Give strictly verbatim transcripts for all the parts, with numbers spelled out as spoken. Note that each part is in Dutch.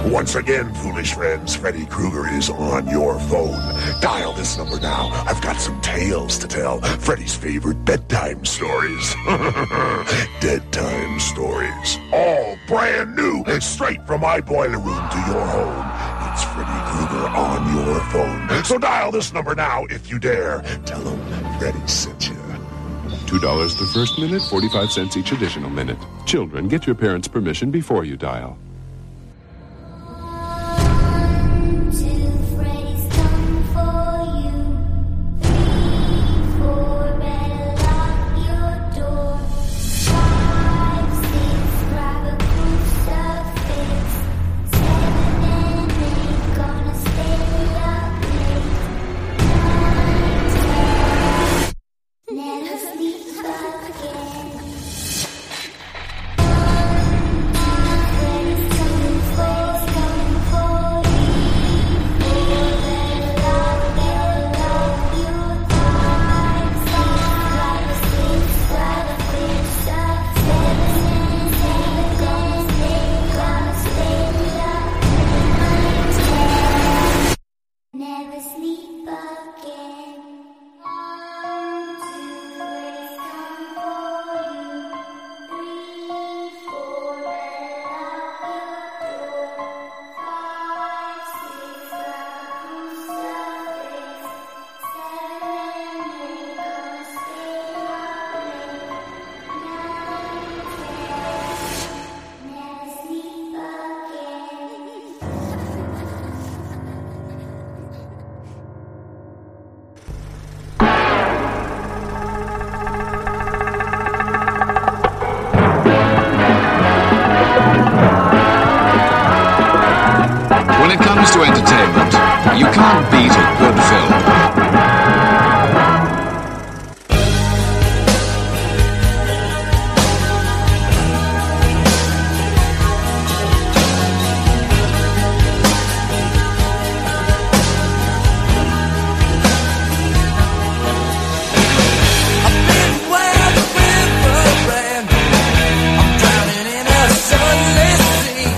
Once again, foolish friends, Freddy Krueger is on your phone. Dial this number now. I've got some tales to tell. Freddy's favorite bedtime stories. Dead time stories. All brand new, straight from my boiler room to your home. It's Freddy Krueger on your phone. So dial this number now if you dare. Tell him Freddy sent you. two dollars the first minute, forty-five cents each additional minute. Children, get your parents' permission before you dial. To entertainment, you can't beat a good film.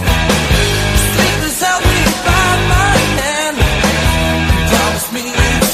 Me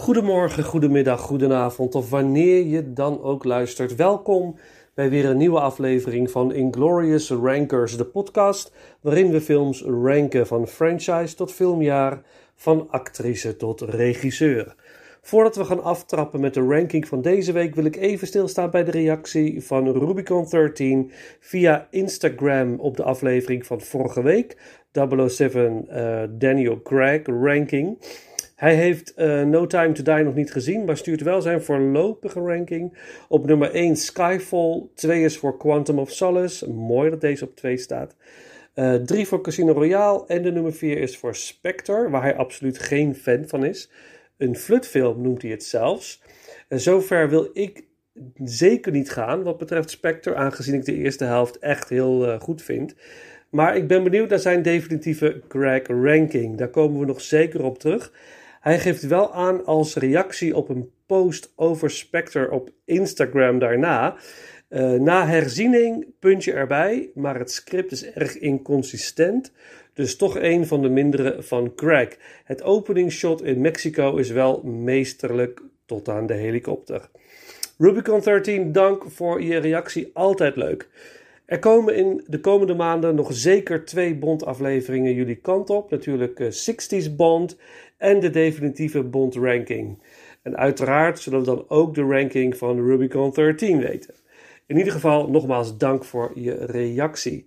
Goedemorgen, goedemiddag, goedenavond of wanneer je dan ook luistert. Welkom bij weer een nieuwe aflevering van Inglorious Rankers, de podcast waarin we films ranken van franchise tot filmjaar, van actrice tot regisseur. Voordat we gaan aftrappen met de ranking van deze week wil ik even stilstaan bij de reactie van Rubicon dertien via Instagram op de aflevering van vorige week, double oh zeven uh, Daniel Craig ranking. Hij heeft uh, No Time to Die nog niet gezien, maar stuurt wel zijn voorlopige ranking. Op nummer één Skyfall, twee is voor Quantum of Solace, mooi dat deze op twee staat. Uh, drie voor Casino Royale en de nummer vier is voor Spectre, waar hij absoluut geen fan van is. Een flutfilm noemt hij het zelfs. En zover wil ik zeker niet gaan wat betreft Spectre, aangezien ik de eerste helft echt heel uh, goed vind. Maar ik ben benieuwd naar zijn definitieve Craig ranking. Daar komen we nog zeker op terug. Hij geeft wel aan als reactie op een post over Spectre op Instagram daarna. Uh, na herziening, puntje erbij, maar het script is erg inconsistent. Dus toch een van de mindere van Craig. Het openingsshot in Mexico is wel meesterlijk tot aan de helikopter. Rubicon dertien, dank voor je reactie, altijd leuk. Er komen in de komende maanden nog zeker twee Bond-afleveringen jullie kant op. Natuurlijk uh, zestig's Bond en de definitieve Bond-ranking. En uiteraard zullen we dan ook de ranking van Rubicon dertien weten. In ieder geval nogmaals dank voor je reactie.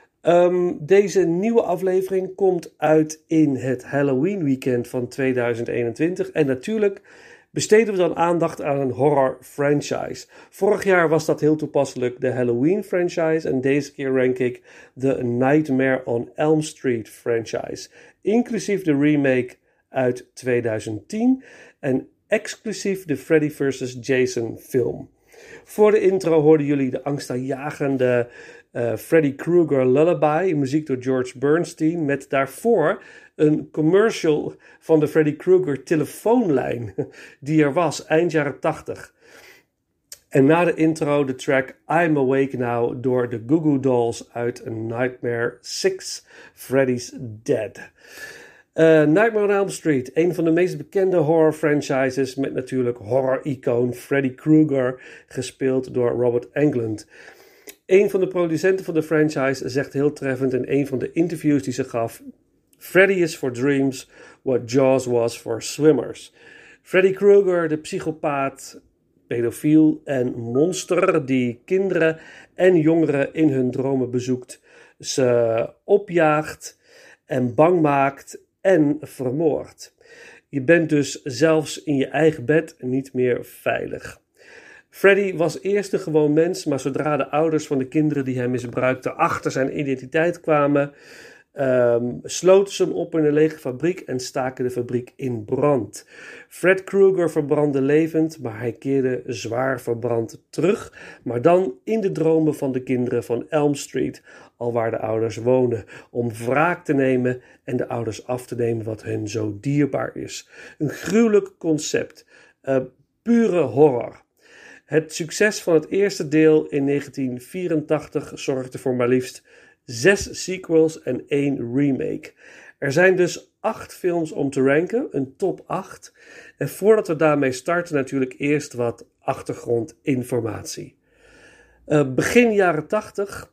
Um, deze nieuwe aflevering komt uit in het Halloween weekend van tweeduizend eenentwintig. En natuurlijk besteden we dan aandacht aan een horror franchise. Vorig jaar was dat heel toepasselijk de Halloween franchise. En deze keer rank ik de Nightmare on Elm Street franchise. Inclusief de remake uit tweeduizend tien. En exclusief de Freddy versus. Jason film. Voor de intro hoorden jullie de angstaanjagende uh, Freddy Krueger Lullaby, muziek door George Bernstein, met daarvoor een commercial van de Freddy Krueger telefoonlijn die er was eind jaren tachtig. En na de intro de track I'm Awake Now door de Goo Goo Dolls uit Nightmare six, Freddy's Dead. Uh, Nightmare on Elm Street, een van de meest bekende horror franchises met natuurlijk horror-icoon Freddy Krueger, gespeeld door Robert Englund. Een van de producenten van de franchise zegt heel treffend in een van de interviews die ze gaf: Freddy is for dreams what Jaws was for swimmers. Freddy Krueger, de psychopaat, pedofiel en monster die kinderen en jongeren in hun dromen bezoekt, ze opjaagt en bang maakt en vermoord. Je bent dus zelfs in je eigen bed niet meer veilig. Freddy was eerst een gewoon mens, maar zodra de ouders van de kinderen die hij misbruikte achter zijn identiteit kwamen, um, sloten ze hem op in een lege fabriek en staken de fabriek in brand. Fred Krueger verbrandde levend, maar hij keerde zwaar verbrand terug, maar dan in de dromen van de kinderen van Elm Street, alwaar de ouders wonen, om wraak te nemen en de ouders af te nemen wat hen zo dierbaar is. Een gruwelijk concept, uh, pure horror. Het succes van het eerste deel in negentien vierentachtig zorgde voor maar liefst zes sequels en één remake. Er zijn dus acht films om te ranken, een top acht. En voordat we daarmee starten natuurlijk eerst wat achtergrondinformatie. Uh, begin jaren tachtig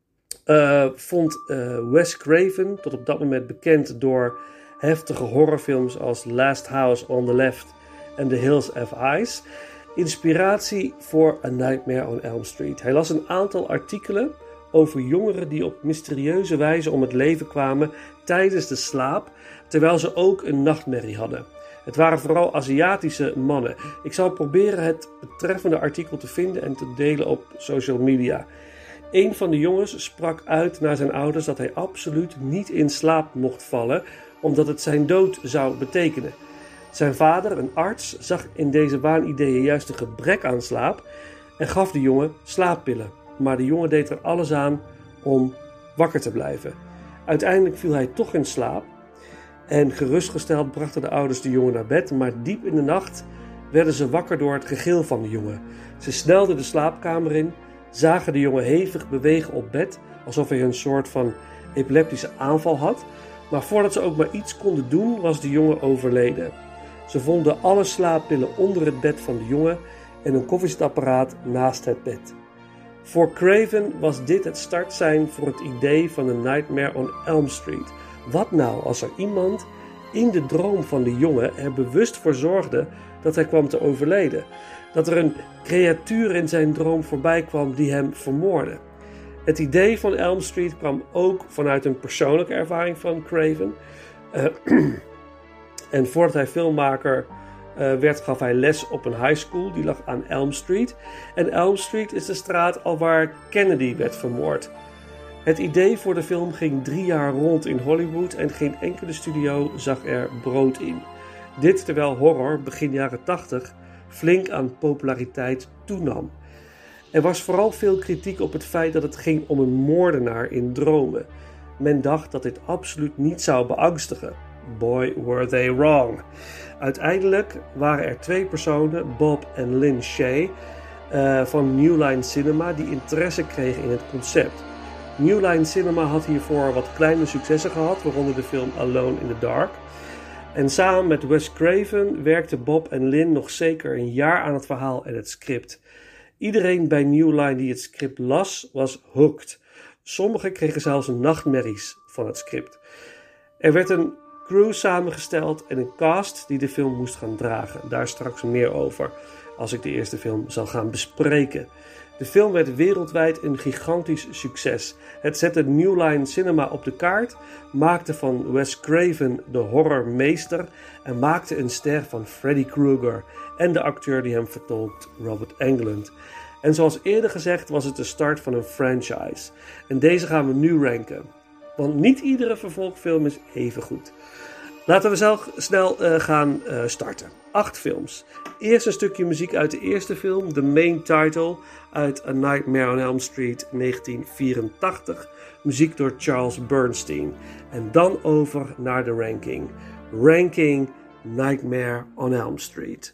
uh, vond uh, Wes Craven, tot op dat moment bekend door heftige horrorfilms als Last House on the Left en The Hills Have Eyes, inspiratie voor A Nightmare on Elm Street. Hij las een aantal artikelen over jongeren die op mysterieuze wijze om het leven kwamen tijdens de slaap, terwijl ze ook een nachtmerrie hadden. Het waren vooral Aziatische mannen. Ik zal proberen het betreffende artikel te vinden en te delen op social media. Een van de jongens sprak uit naar zijn ouders dat hij absoluut niet in slaap mocht vallen, omdat het zijn dood zou betekenen. Zijn vader, een arts, zag in deze waanideeën juist een gebrek aan slaap en gaf de jongen slaappillen. Maar de jongen deed er alles aan om wakker te blijven. Uiteindelijk viel hij toch in slaap en gerustgesteld brachten de ouders de jongen naar bed, maar diep in de nacht werden ze wakker door het gegil van de jongen. Ze snelden de slaapkamer in, zagen de jongen hevig bewegen op bed, alsof hij een soort van epileptische aanval had, maar voordat ze ook maar iets konden doen was de jongen overleden. Ze vonden alle slaappillen onder het bed van de jongen en een koffiezetapparaat naast het bed. Voor Craven was dit het startsein voor het idee van The Nightmare on Elm Street. Wat nou als er iemand in de droom van de jongen er bewust voor zorgde dat hij kwam te overlijden? Dat er een creatuur in zijn droom voorbij kwam die hem vermoordde. Het idee van Elm Street kwam ook vanuit een persoonlijke ervaring van Craven. Uh, en voordat hij filmmaker uh, werd, gaf hij les op een high school. Die lag aan Elm Street. En Elm Street is de straat al waar Kennedy werd vermoord. Het idee voor de film ging drie jaar rond in Hollywood en geen enkele studio zag er brood in. Dit terwijl horror begin jaren tachtig flink aan populariteit toenam. Er was vooral veel kritiek op het feit dat het ging om een moordenaar in dromen. Men dacht dat dit absoluut niet zou beangstigen. Boy, were they wrong. Uiteindelijk waren er twee personen, Bob en Lynn Shay, uh, van New Line Cinema, die interesse kregen in het concept. New Line Cinema had hiervoor wat kleine successen gehad, waaronder de film Alone in the Dark. En samen met Wes Craven werkten Bob en Lynn nog zeker een jaar aan het verhaal en het script. Iedereen bij New Line die het script las, was hooked. Sommigen kregen zelfs nachtmerries van het script. Er werd een crew samengesteld en een cast die de film moest gaan dragen. Daar straks meer over, als ik de eerste film zal gaan bespreken. De film werd wereldwijd een gigantisch succes. Het zette New Line Cinema op de kaart, maakte van Wes Craven de horrormeester en maakte een ster van Freddy Krueger en de acteur die hem vertolkt, Robert Englund. En zoals eerder gezegd was het de start van een franchise. En deze gaan we nu ranken. Want niet iedere vervolgfilm is even goed. Laten we zelf snel uh, gaan uh, starten. Acht films. Eerst een stukje muziek uit de eerste film, de main title uit A Nightmare on Elm Street negentien vierentachtig. Muziek door Charles Bernstein. En dan over naar de ranking. Ranking Nightmare on Elm Street.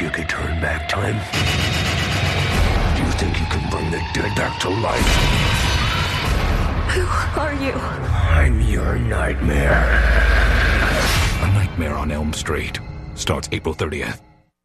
you could turn back time? Do you think you can bring the dead back to life? Who are you? I'm your nightmare. A Nightmare on Elm Street starts April thirtieth.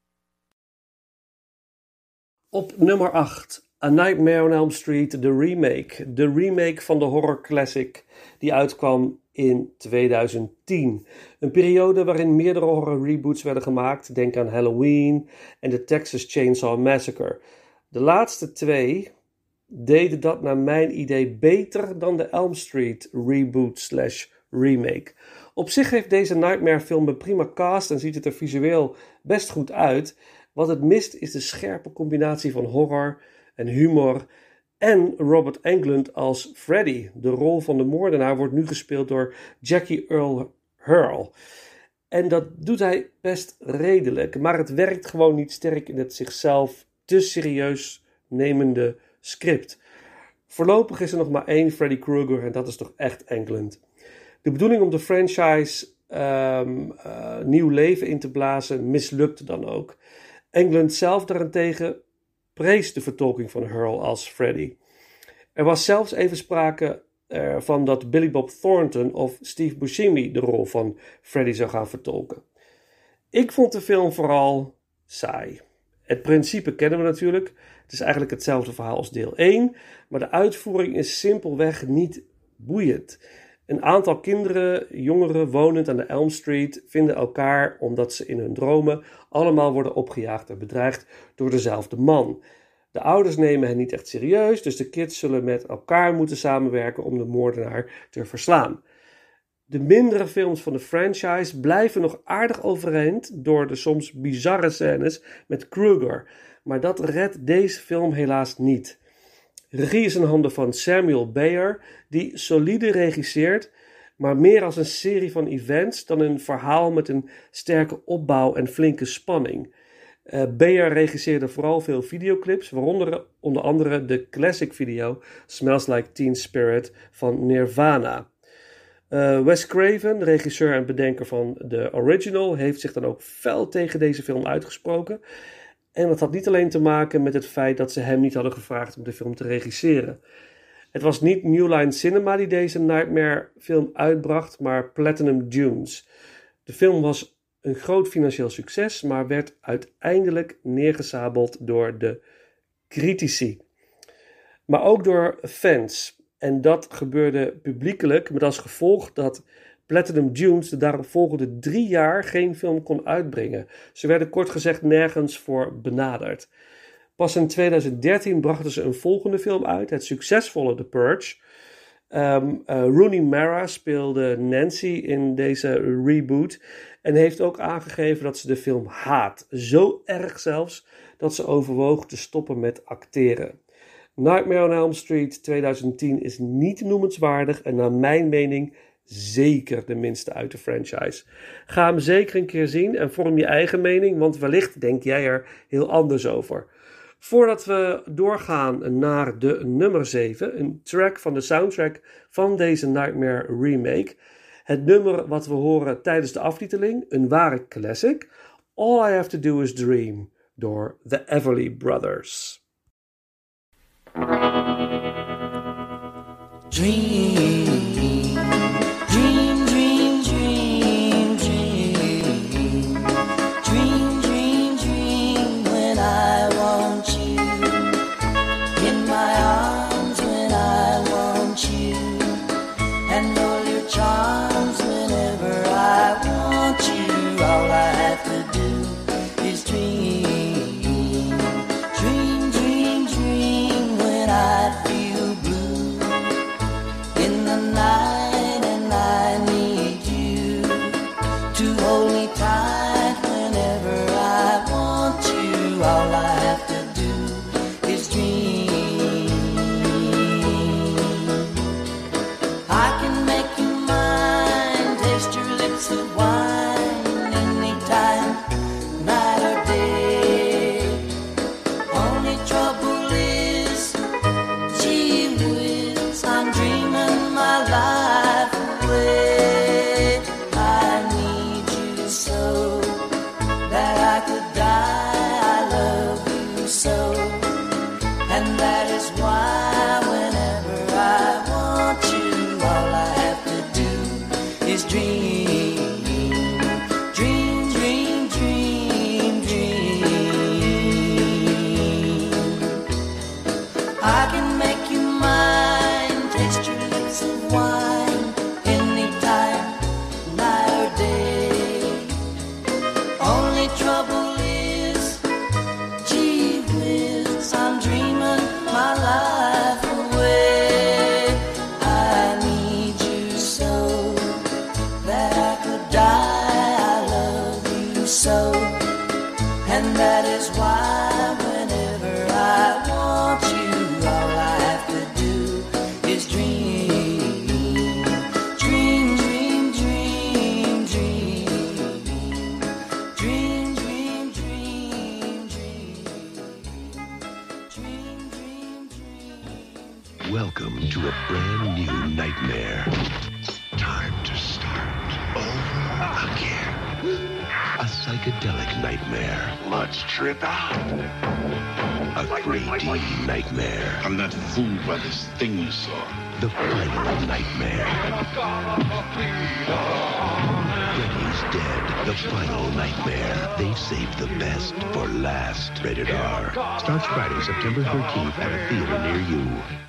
Op nummer acht. A Nightmare on Elm Street, de remake. De remake van de horror classic die uitkwam in tweeduizend tien. Een periode waarin meerdere horror reboots werden gemaakt. Denk aan Halloween en de Texas Chainsaw Massacre. De laatste twee deden dat naar mijn idee beter dan de Elm Street reboot slash remake. Op zich heeft deze Nightmare film een prima cast en ziet het er visueel best goed uit. Wat het mist is de scherpe combinatie van horror en humor en Robert Englund als Freddy. De rol van de moordenaar wordt nu gespeeld door Jackie Earle Haley. En dat doet hij best redelijk, maar het werkt gewoon niet sterk in het zichzelf te serieus nemende script. Voorlopig is er nog maar één Freddy Krueger en dat is toch echt Englund. De bedoeling om de franchise um, uh, nieuw leven in te blazen mislukte dan ook. Englund zelf daarentegen prees de vertolking van Haley als Freddy. Er was zelfs even sprake uh, van dat Billy Bob Thornton of Steve Buscemi de rol van Freddy zou gaan vertolken. Ik vond de film vooral saai. Het principe kennen we natuurlijk. Het is eigenlijk hetzelfde verhaal als deel één, maar de uitvoering is simpelweg niet boeiend. Een aantal kinderen, jongeren wonend aan de Elm Street vinden elkaar omdat ze in hun dromen allemaal worden opgejaagd en bedreigd door dezelfde man. De ouders nemen hen niet echt serieus, dus de kids zullen met elkaar moeten samenwerken om de moordenaar te verslaan. De mindere films van de franchise blijven nog aardig overeind door de soms bizarre scènes met Krueger, maar dat redt deze film helaas niet. Regie is in handen van Samuel Bayer, die solide regisseert, maar meer als een serie van events dan een verhaal met een sterke opbouw en flinke spanning. Uh, Bayer regisseerde vooral veel videoclips, waaronder onder andere de classic video Smells Like Teen Spirit van Nirvana. Uh, Wes Craven, regisseur en bedenker van de original, heeft zich dan ook fel tegen deze film uitgesproken. En dat had niet alleen te maken met het feit dat ze hem niet hadden gevraagd om de film te regisseren. Het was niet New Line Cinema die deze Nightmare film uitbracht, maar Platinum Dunes. De film was een groot financieel succes, maar werd uiteindelijk neergesabeld door de critici. Maar ook door fans. En dat gebeurde publiekelijk met als gevolg dat Platinum Dunes de daaropvolgende drie jaar geen film kon uitbrengen. Ze werden kort gezegd nergens voor benaderd. Pas in tweeduizend dertien brachten ze een volgende film uit, het succesvolle The Purge. Um, uh, Rooney Mara speelde Nancy in deze reboot en heeft ook aangegeven dat ze de film haat. Zo erg zelfs dat ze overwoog te stoppen met acteren. Nightmare on Elm Street tweeduizend tien is niet noemenswaardig en naar mijn mening zeker de minste uit de franchise. Ga hem zeker een keer zien en vorm je eigen mening, want wellicht denk jij er heel anders over. Voordat we doorgaan naar de nummer zeven, een track van de soundtrack van deze Nightmare remake. Het nummer wat we horen tijdens de aftiteling, een ware classic, All I Have to Do Is Dream, door The Everly Brothers. Dream. Dream, dream, dream when I feel blue in the night. glass of wine anytime, night or day. Only trouble is, gee whiz, I'm dreaming my life away. I need you so that I could die. I love you so, and that is why whenever I want you, all I have to do is dream, dream, dream, dream, dream, dream, dream, dream, dream, dream, dream, dream. Welcome to a brand new nightmare. Time to start over again. A psychedelic nightmare. Let's trip out. A three D nightmare. I'm not fooled by this thing you saw. The final nightmare. Freddy's Dead. The final nightmare. They've saved the best for last. Rated R. Starts Friday, September thirteenth at a theater near you.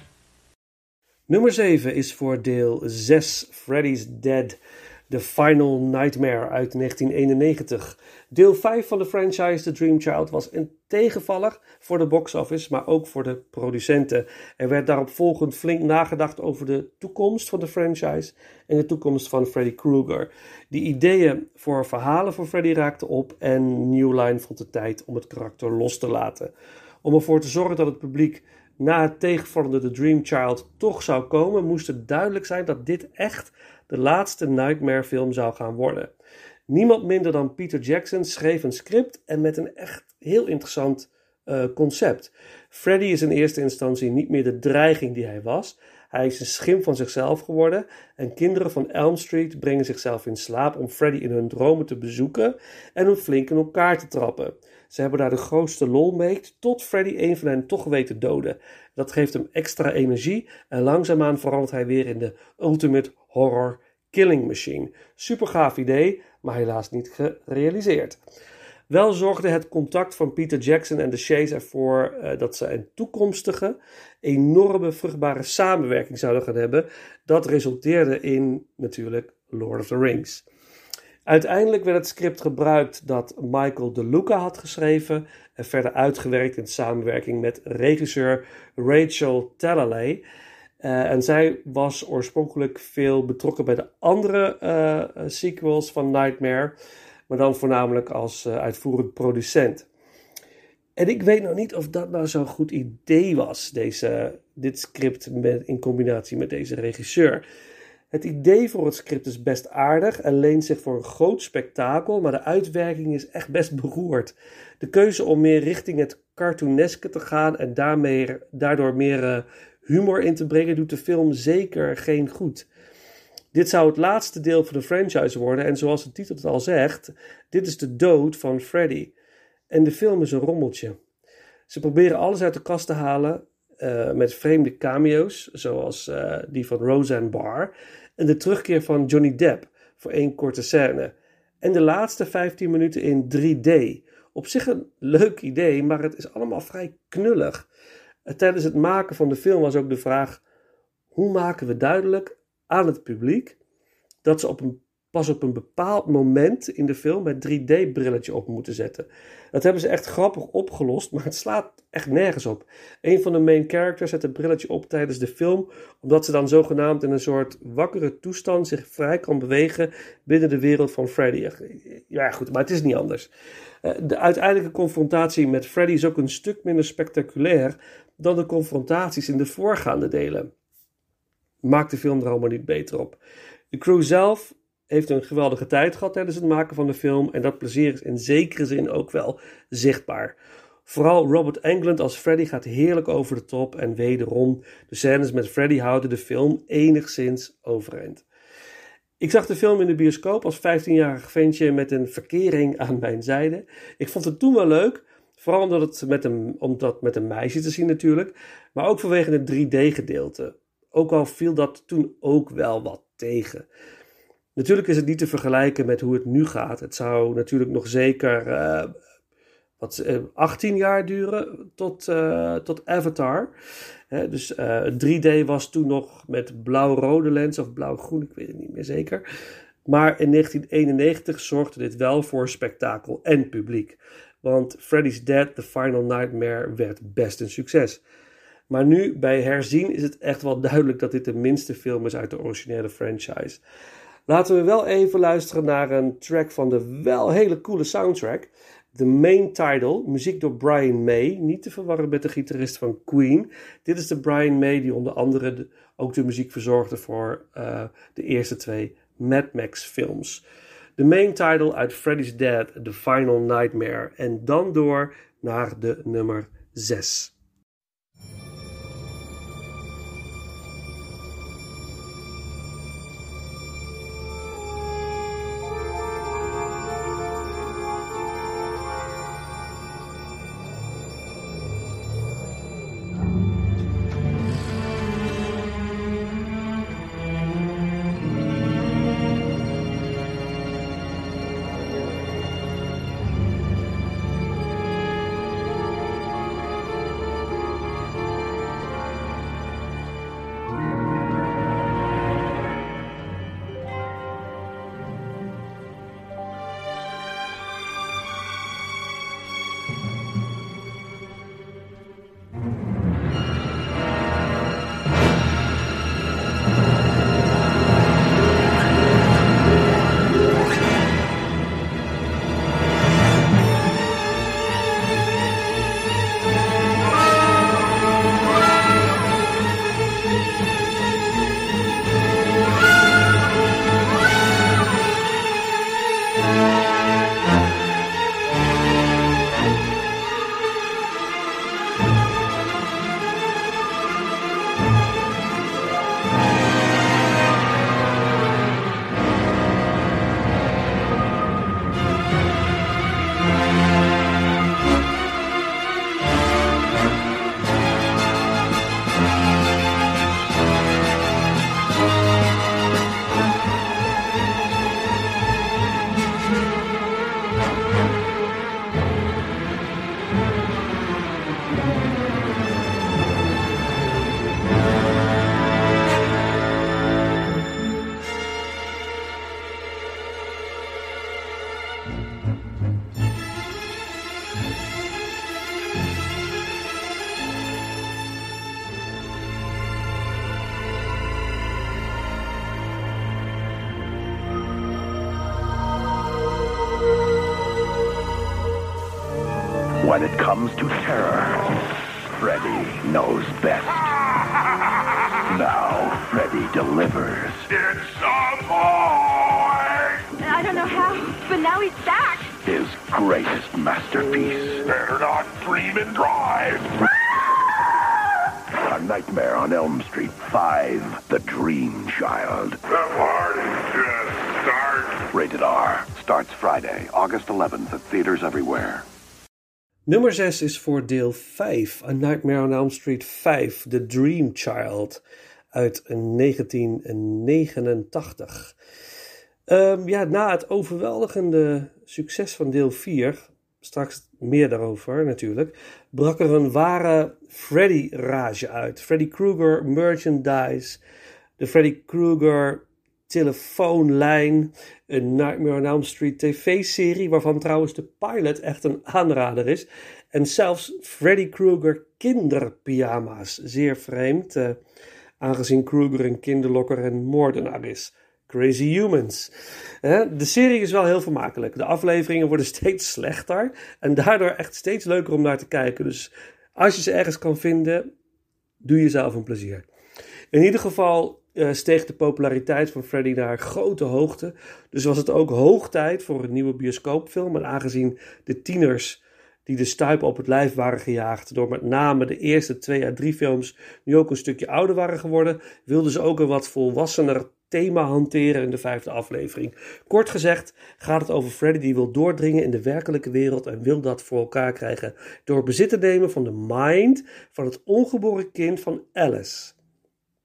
Nummer zeven is voor deel zes, Freddy's Dead, The Final Nightmare uit negentien eenennegentig. Deel vijf van de franchise The Dream Child was een tegenvaller voor de box-office, maar ook voor de producenten. Er werd daarop volgend flink nagedacht over de toekomst van de franchise en de toekomst van Freddy Krueger. Die ideeën voor verhalen voor Freddy raakten op en New Line vond de tijd om het karakter los te laten. Om ervoor te zorgen dat het publiek na het tegenvallende The Dream Child toch zou komen, moest het duidelijk zijn dat dit echt de laatste Nightmare film zou gaan worden. Niemand minder dan Peter Jackson schreef een script en met een echt heel interessant uh, concept. Freddy is in eerste instantie niet meer de dreiging die hij was. Hij is een schim van zichzelf geworden en kinderen van Elm Street brengen zichzelf in slaap om Freddy in hun dromen te bezoeken en hem flink in elkaar te trappen. Ze hebben daar de grootste lol mee tot Freddy een van hen toch weet te doden. Dat geeft hem extra energie en langzaamaan verandert hij weer in de ultimate horror killing machine. Super gaaf idee, maar helaas niet gerealiseerd. Wel zorgde het contact van Peter Jackson en de Shays ervoor uh, dat ze een toekomstige, enorme, vruchtbare samenwerking zouden gaan hebben. Dat resulteerde in natuurlijk Lord of the Rings. Uiteindelijk werd het script gebruikt dat Michael De Luca had geschreven en verder uitgewerkt in samenwerking met regisseur Rachel Talalay. Uh, en zij was oorspronkelijk veel betrokken bij de andere uh, sequels van Nightmare, maar dan voornamelijk als uh, uitvoerend producent. En ik weet nog niet of dat nou zo'n goed idee was, deze, dit script met, in combinatie met deze regisseur. Het idee voor het script is best aardig en leent zich voor een groot spektakel, maar de uitwerking is echt best beroerd. De keuze om meer richting het cartooneske te gaan en daarmee, daardoor meer uh, humor in te brengen doet de film zeker geen goed. Dit zou het laatste deel van de franchise worden en zoals de titel het al zegt, dit is de dood van Freddy. En de film is een rommeltje. Ze proberen alles uit de kast te halen uh, met vreemde cameo's, zoals uh, die van Roseanne Barr en de terugkeer van Johnny Depp voor één korte scène. En de laatste vijftien minuten in drie D. Op zich een leuk idee, maar het is allemaal vrij knullig. Uh, tijdens het maken van de film was ook de vraag, hoe maken we duidelijk aan het publiek dat ze op een, pas op een bepaald moment in de film het drie D-brilletje op moeten zetten. Dat hebben ze echt grappig opgelost, maar het slaat echt nergens op. Een van de main characters zet het brilletje op tijdens de film, omdat ze dan zogenaamd in een soort wakkere toestand zich vrij kan bewegen binnen de wereld van Freddy. Ja goed, maar het is niet anders. De uiteindelijke confrontatie met Freddy is ook een stuk minder spectaculair dan de confrontaties in de voorgaande delen. Maakt de film er allemaal niet beter op. De crew zelf heeft een geweldige tijd gehad tijdens het maken van de film en dat plezier is in zekere zin ook wel zichtbaar. Vooral Robert Englund als Freddy gaat heerlijk over de top en wederom de scènes met Freddy houden de film enigszins overeind. Ik zag de film in de bioscoop als vijftienjarig ventje met een verkering aan mijn zijde. Ik vond het toen wel leuk, vooral omdat het met een, omdat met een meisje te zien natuurlijk, maar ook vanwege het drie D-gedeelte. Ook al viel dat toen ook wel wat tegen. Natuurlijk is het niet te vergelijken met hoe het nu gaat. Het zou natuurlijk nog zeker uh, wat, uh, achttien jaar duren tot, uh, tot Avatar. He, dus uh, drie D was toen nog met blauw-rode lens of blauw-groen, ik weet het niet meer zeker. Maar in negentien eenennegentig zorgde dit wel voor spektakel en publiek. Want Freddy's Dead, The Final Nightmare werd best een succes. Maar nu, bij herzien, is het echt wel duidelijk dat dit de minste film is uit de originele franchise. Laten we wel even luisteren naar een track van de wel hele coole soundtrack. De main title, muziek door Brian May, niet te verwarren met de gitarist van Queen. Dit is de Brian May die onder andere de, ook de muziek verzorgde voor uh, de eerste twee Mad Max films. De main title uit Freddy's Dead, The Final Nightmare. En dan door naar de nummer zes. When it comes to terror, Freddy knows best. Now, Freddy delivers. It's a boy! I don't know how, but now he's back. His greatest masterpiece. Better not dream and drive. A Nightmare on Elm Street five, The Dream Child. The party's just starting. Rated R. Starts Friday, August eleventh at theaters everywhere. Nummer zes is voor deel vijf, A Nightmare on Elm Street vijf, The Dream Child, uit negentien negenentachtig. Um, ja, na het overweldigende succes van deel vier, straks meer daarover natuurlijk, brak er een ware Freddy-rage uit. Freddy Krueger merchandise, de Freddy Krueger telefoonlijn, een Nightmare on Elm Street tv-serie, waarvan trouwens de pilot echt een aanrader is. En zelfs Freddy Krueger kinderpyjama's. Zeer vreemd, uh, aangezien Krueger een kinderlokker en moordenaar is. Crazy Humans. Uh, de serie is wel heel vermakelijk. De afleveringen worden steeds slechter en daardoor echt steeds leuker om naar te kijken. Dus als je ze ergens kan vinden, doe jezelf een plezier. In ieder geval uh, steeg de populariteit van Freddy naar grote hoogte. Dus was het ook hoog tijd voor een nieuwe bioscoopfilm. En aangezien de tieners die de stuip op het lijf waren gejaagd door met name de eerste twee à drie films nu ook een stukje ouder waren geworden, wilden ze ook een wat volwassener thema hanteren in de vijfde aflevering. Kort gezegd gaat het over Freddy die wil doordringen in de werkelijke wereld en wil dat voor elkaar krijgen door bezit te nemen van de mind van het ongeboren kind van Alice.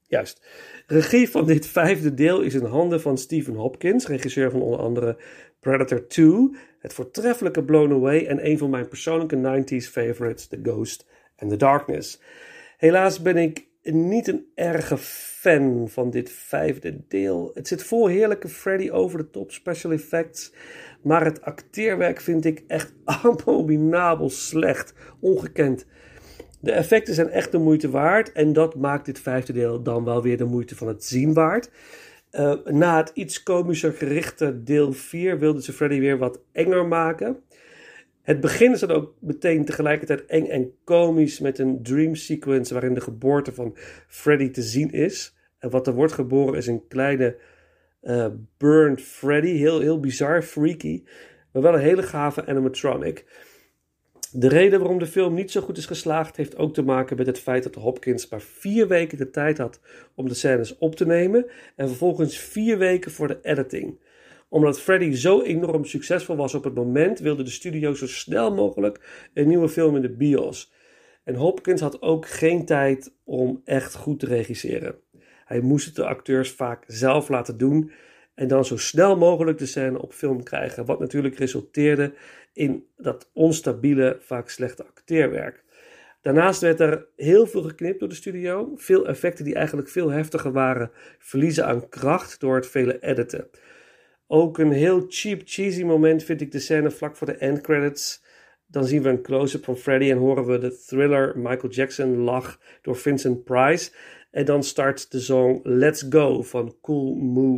Juist. Regie van dit vijfde deel is in handen van Stephen Hopkins, regisseur van onder andere Predator twee, het voortreffelijke Blown Away en een van mijn persoonlijke nineties favorites, The Ghost and the Darkness. Helaas ben ik niet een erge fan van dit vijfde deel. Het zit vol heerlijke Freddy over-the-top special effects, maar het acteerwerk vind ik echt abominabel slecht, ongekend. De effecten zijn echt de moeite waard en dat maakt dit vijfde deel dan wel weer de moeite van het zien waard. Uh, na het iets komischer gerichte deel vier wilden ze Freddy weer wat enger maken. Het begin is dan ook meteen tegelijkertijd eng en komisch met een dream sequence waarin de geboorte van Freddy te zien is. En wat er wordt geboren is een kleine uh, burned Freddy, heel, heel bizar, freaky, maar wel een hele gave animatronic. De reden waarom de film niet zo goed is geslaagd heeft ook te maken met het feit dat Hopkins maar vier weken de tijd had om de scènes op te nemen en vervolgens vier weken voor de editing. Omdat Freddy zo enorm succesvol was op het moment, wilde de studio zo snel mogelijk een nieuwe film in de bios. En Hopkins had ook geen tijd om echt goed te regisseren. Hij moest het de acteurs vaak zelf laten doen en dan zo snel mogelijk de scène op film krijgen, wat natuurlijk resulteerde in dat onstabiele, vaak slechte acteerwerk. Daarnaast werd er heel veel geknipt door de studio. Veel effecten die eigenlijk veel heftiger waren, verliezen aan kracht door het vele editen. Ook een heel cheap, cheesy moment vind ik de scène vlak voor de end credits. Dan zien we een close-up van Freddy en horen we de thriller Michael Jackson lach door Vincent Price. En dan start de song Let's Go van Kool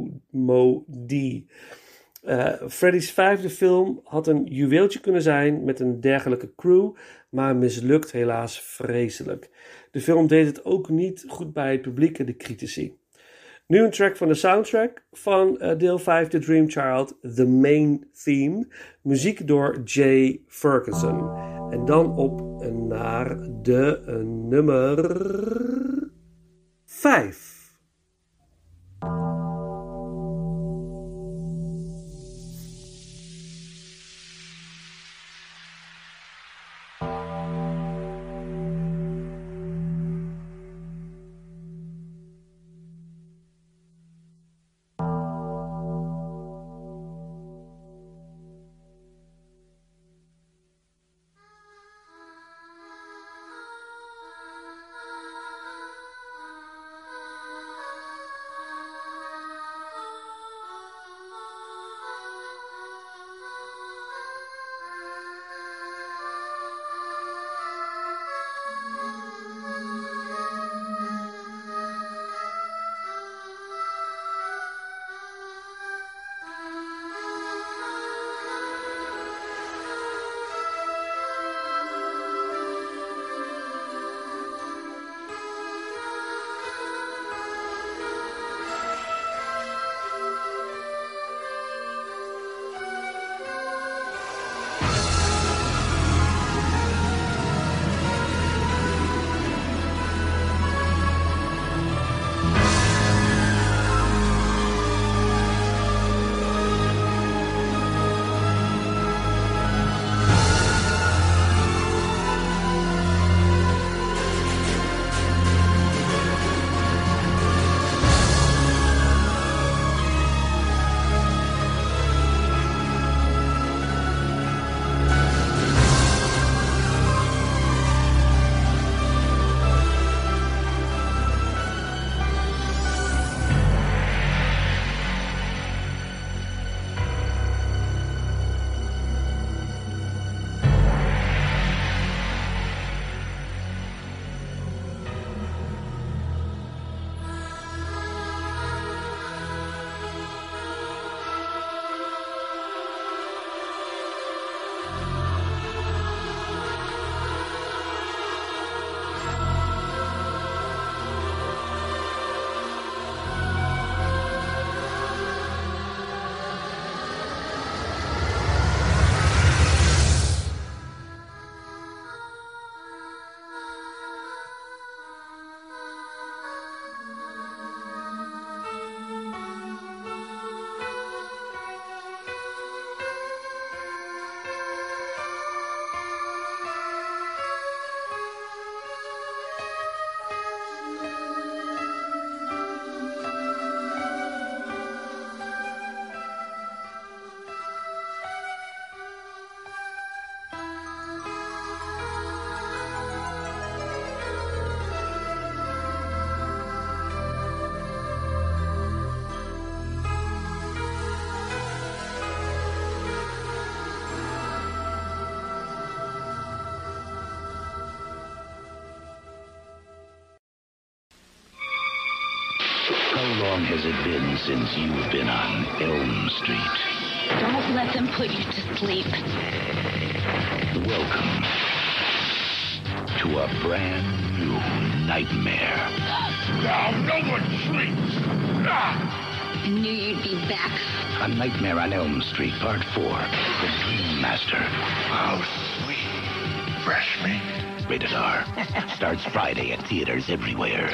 Moe Dee. Uh, Freddy's vijfde film had een juweeltje kunnen zijn met een dergelijke crew, maar mislukt helaas vreselijk. De film deed het ook niet goed bij het publiek en de critici. Nu een track van de soundtrack van uh, deel vijf, The Dream Child, The Main Theme. Muziek door Jay Ferguson. En dan op naar de uh, nummer vijf. long has it been since you've been on Elm Street? Don't let them put you to sleep. Welcome to a brand new nightmare. Now no one sleeps. Ah! I knew you'd be back. A Nightmare on Elm Street, Part four. The Dream Master. How sweet. Fresh meat. Rated R. Starts Friday at theaters everywhere.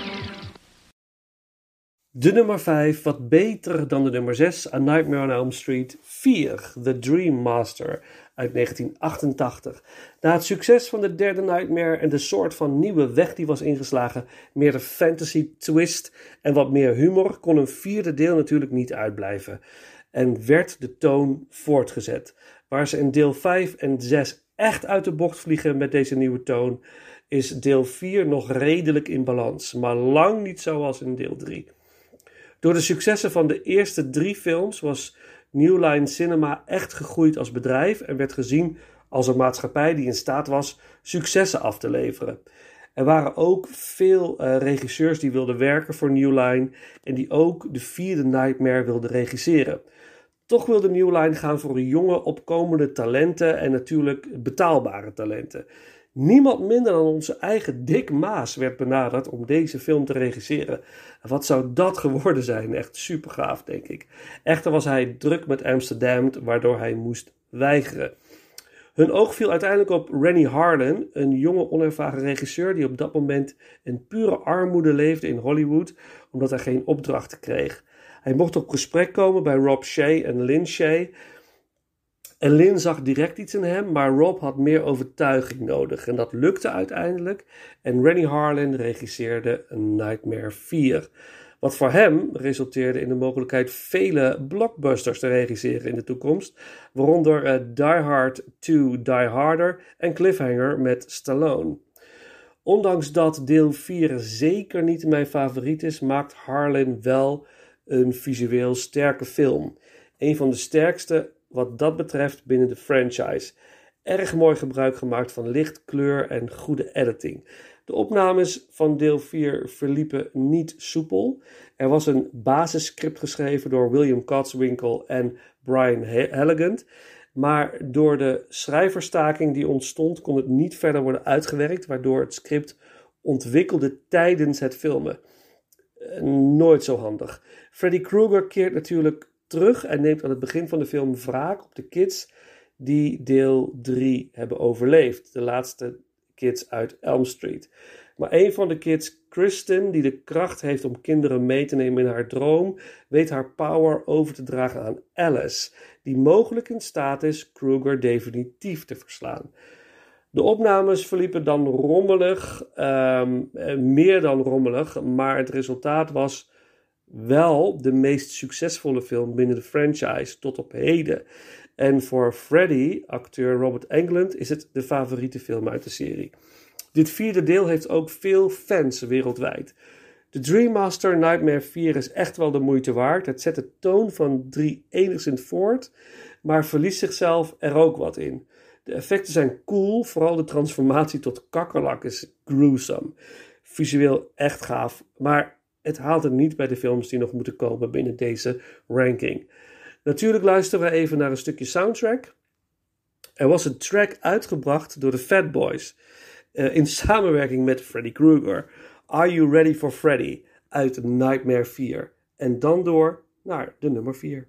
De nummer vijf, wat beter dan de nummer zes, A Nightmare on Elm Street vier, The Dream Master uit negentien achtentachtig. Na het succes van de derde Nightmare en de soort van nieuwe weg die was ingeslagen, meer de fantasy twist en wat meer humor, kon een vierde deel natuurlijk niet uitblijven. En werd de toon voortgezet. Waar ze in deel vijf en zes echt uit de bocht vliegen met deze nieuwe toon, is deel vier nog redelijk in balans, maar lang niet zoals in deel drie. Door de successen van de eerste drie films was New Line Cinema echt gegroeid als bedrijf en werd gezien als een maatschappij die in staat was successen af te leveren. Er waren ook veel uh, regisseurs die wilden werken voor New Line en die ook de vierde Nightmare wilden regisseren. Toch wilde New Line gaan voor jonge opkomende talenten en natuurlijk betaalbare talenten. Niemand minder dan onze eigen Dick Maas werd benaderd om deze film te regisseren. Wat zou dat geworden zijn? Echt super gaaf, denk ik. Echter was hij druk met Amsterdam, waardoor hij moest weigeren. Hun oog viel uiteindelijk op Rennie Harlin, een jonge onervaren regisseur die op dat moment in pure armoede leefde in Hollywood, omdat hij geen opdrachten kreeg. Hij mocht op gesprek komen bij Rob Shea en Lin Shea. En Lin zag direct iets in hem, maar Rob had meer overtuiging nodig. En dat lukte uiteindelijk. En Rennie Harlin regisseerde Nightmare vier. Wat voor hem resulteerde in de mogelijkheid vele blockbusters te regisseren in de toekomst. Waaronder uh, Die Hard twee, Die Harder en Cliffhanger met Stallone. Ondanks dat deel vier zeker niet mijn favoriet is, maakt Harlin wel een visueel sterke film. Een van de sterkste wat dat betreft binnen de franchise. Erg mooi gebruik gemaakt van licht, kleur en goede editing. De opnames van deel vier verliepen niet soepel. Er was een basisscript geschreven door William Kotzwinkle en Brian Helgeland. Maar door de schrijverstaking die ontstond kon het niet verder worden uitgewerkt, waardoor het script ontwikkelde tijdens het filmen. Nooit zo handig. Freddy Krueger keert natuurlijk terug en neemt aan het begin van de film wraak op de kids die deel drie hebben overleefd. De laatste kids uit Elm Street. Maar een van de kids, Kristen, die de kracht heeft om kinderen mee te nemen in haar droom, weet haar power over te dragen aan Alice, die mogelijk in staat is Krueger definitief te verslaan. De opnames verliepen dan rommelig, um, meer dan rommelig, maar het resultaat was wel de meest succesvolle film binnen de franchise tot op heden. En voor Freddy, acteur Robert Englund, is het de favoriete film uit de serie. Dit vierde deel heeft ook veel fans wereldwijd. The Dream Master Nightmare vier is echt wel de moeite waard. Het zet de toon van drie enigszins voort, maar verliest zichzelf er ook wat in. De effecten zijn cool, vooral de transformatie tot kakkerlak is gruesome. Visueel echt gaaf, maar het haalt het niet bij de films die nog moeten komen binnen deze ranking. Natuurlijk luisteren we even naar een stukje soundtrack. Er was een track uitgebracht door de Fat Boys uh, in samenwerking met Freddy Krueger. Are You Ready for Freddy uit Nightmare vier. En dan door naar de nummer vier.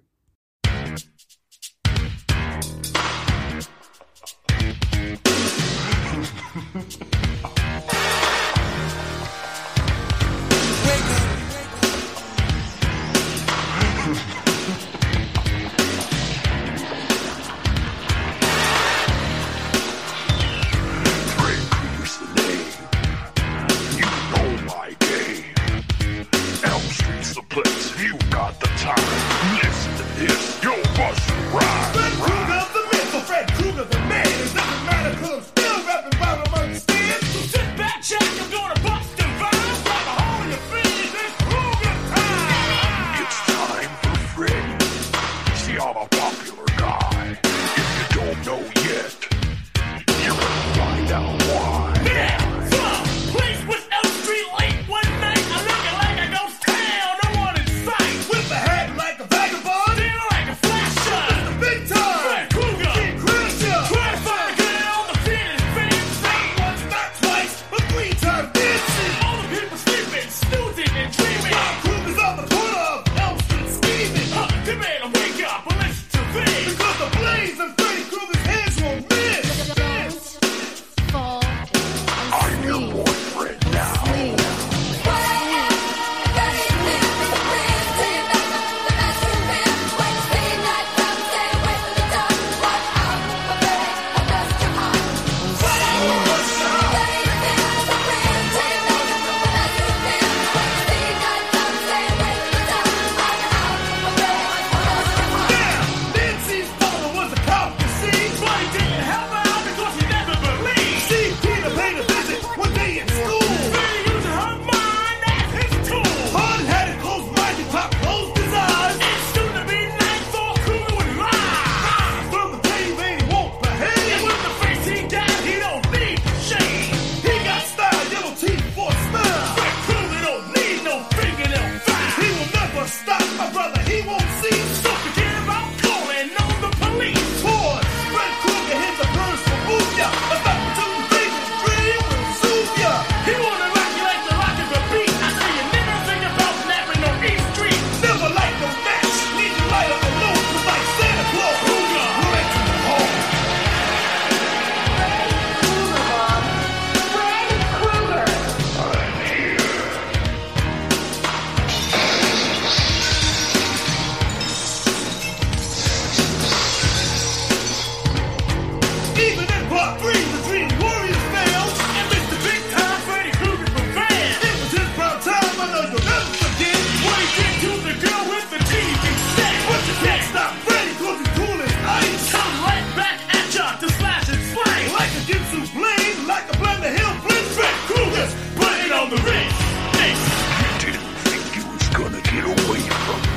Place with Elm Street late one night. I'm looking like a ghost town. No one in sight.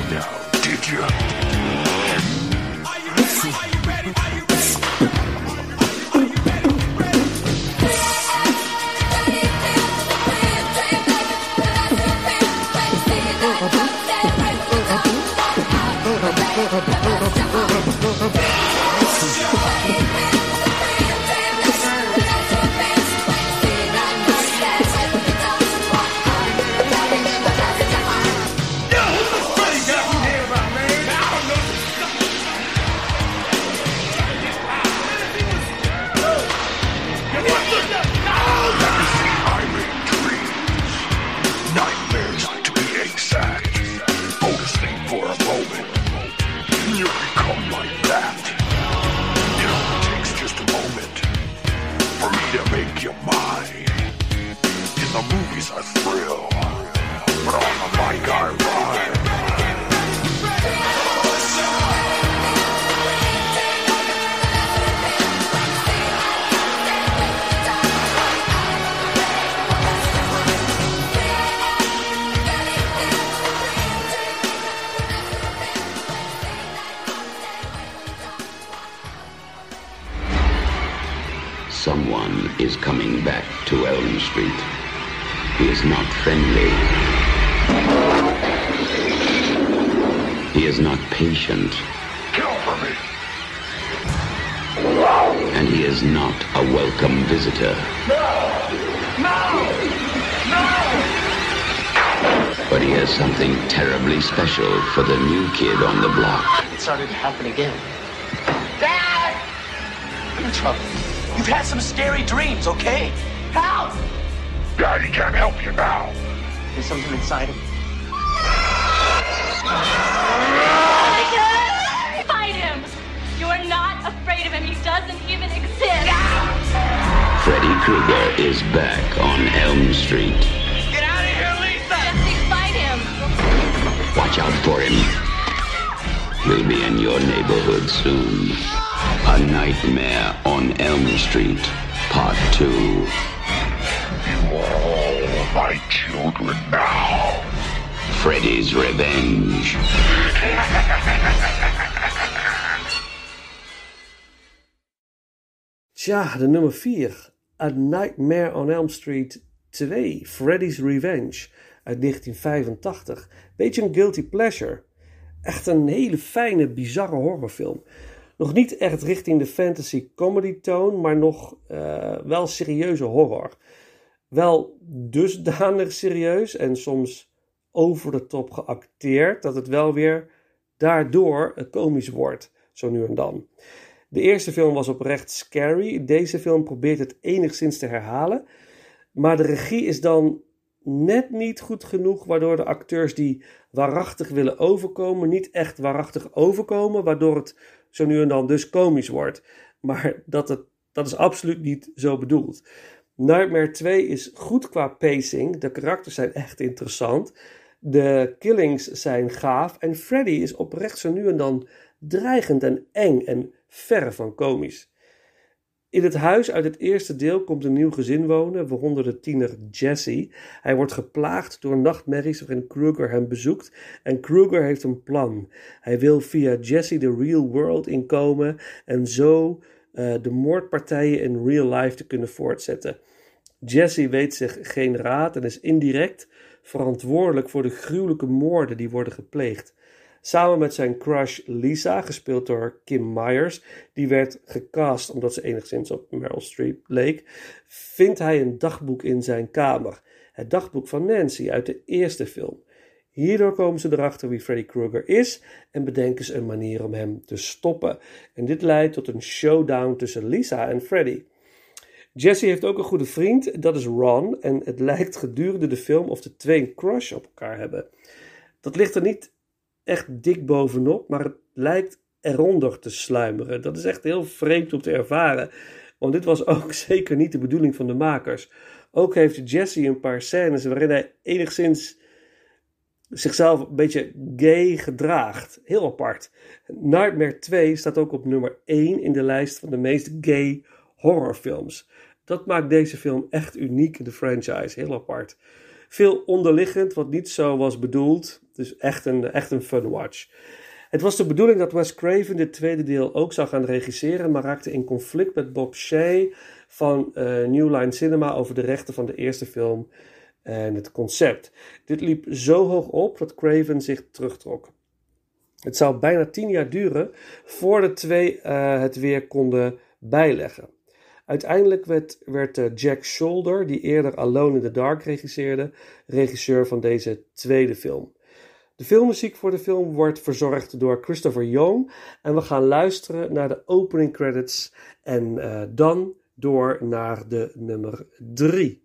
now, did you? Someone is coming back to Elm Street. He is not friendly. He is not patient. Kill for me. And he is not a welcome visitor. No! No! No! But he has something terribly special for the new kid on the block. It started to happen again. Dad! I'm in trouble. You've had some scary dreams, okay? Help! Daddy can't help you now. There's something inside him. Fight him! You are not afraid of him. He doesn't even exist. Freddy Krueger is back on Elm Street. Get out of here, Lisa! Jesse, fight him! Watch out for him. He'll be in your neighborhood soon. A Nightmare on Elm Street, Part two. You are all my children now. Freddy's Revenge. Tja, de nummer vier. A Nightmare on Elm Street twee. Freddy's Revenge uit negentien vijfentachtig. Beetje een guilty pleasure. Echt een hele fijne, bizarre horrorfilm. Nog niet echt richting de fantasy comedy toon, maar nog uh, wel serieuze horror. Wel dusdanig serieus en soms over de top geacteerd dat het wel weer daardoor komisch wordt, zo nu en dan. De eerste film was oprecht scary. Deze film probeert het enigszins te herhalen. Maar de regie is dan net niet goed genoeg, waardoor de acteurs die waarachtig willen overkomen niet echt waarachtig overkomen, waardoor het zo nu en dan dus komisch wordt. Maar dat, het, dat is absoluut niet zo bedoeld. Nightmare twee is goed qua pacing. De karakters zijn echt interessant. De killings zijn gaaf. En Freddy is oprecht zo nu en dan dreigend en eng en verre van komisch. In het huis uit het eerste deel komt een nieuw gezin wonen, waaronder de tiener Jesse. Hij wordt geplaagd door nachtmerries waarin Krueger hem bezoekt. En Krueger heeft een plan. Hij wil via Jesse de real world inkomen en zo uh, de moordpartijen in real life te kunnen voortzetten. Jesse weet zich geen raad en is indirect verantwoordelijk voor de gruwelijke moorden die worden gepleegd. Samen met zijn crush Lisa, gespeeld door Kim Myers, die werd gecast omdat ze enigszins op Meryl Streep leek, vindt hij een dagboek in zijn kamer. Het dagboek van Nancy uit de eerste film. Hierdoor komen ze erachter wie Freddy Krueger is en bedenken ze een manier om hem te stoppen. En dit leidt tot een showdown tussen Lisa en Freddy. Jesse heeft ook een goede vriend, dat is Ron, en het lijkt gedurende de film of de twee een crush op elkaar hebben. Dat ligt er niet echt dik bovenop, maar het lijkt eronder te sluimeren. Dat is echt heel vreemd om te ervaren, want dit was ook zeker niet de bedoeling van de makers. Ook heeft Jesse een paar scènes waarin hij enigszins zichzelf een beetje gay gedraagt. Heel apart. Nightmare twee staat ook op nummer één in de lijst van de meest gay horrorfilms. Dat maakt deze film echt uniek in de franchise. Heel apart. Veel onderliggend, wat niet zo was bedoeld. Dus echt een, echt een fun watch. Het was de bedoeling dat Wes Craven dit tweede deel ook zou gaan regisseren, maar raakte in conflict met Bob Shaye van uh, New Line Cinema over de rechten van de eerste film en het concept. Dit liep zo hoog op dat Craven zich terugtrok. Het zou bijna tien jaar duren voordat de twee uh, het weer konden bijleggen. Uiteindelijk werd, werd uh, Jack Sholder, die eerder Alone in the Dark regisseerde, regisseur van deze tweede film. De filmmuziek voor de film wordt verzorgd door Christopher Young en we gaan luisteren naar de opening credits en uh, dan door naar de nummer drie.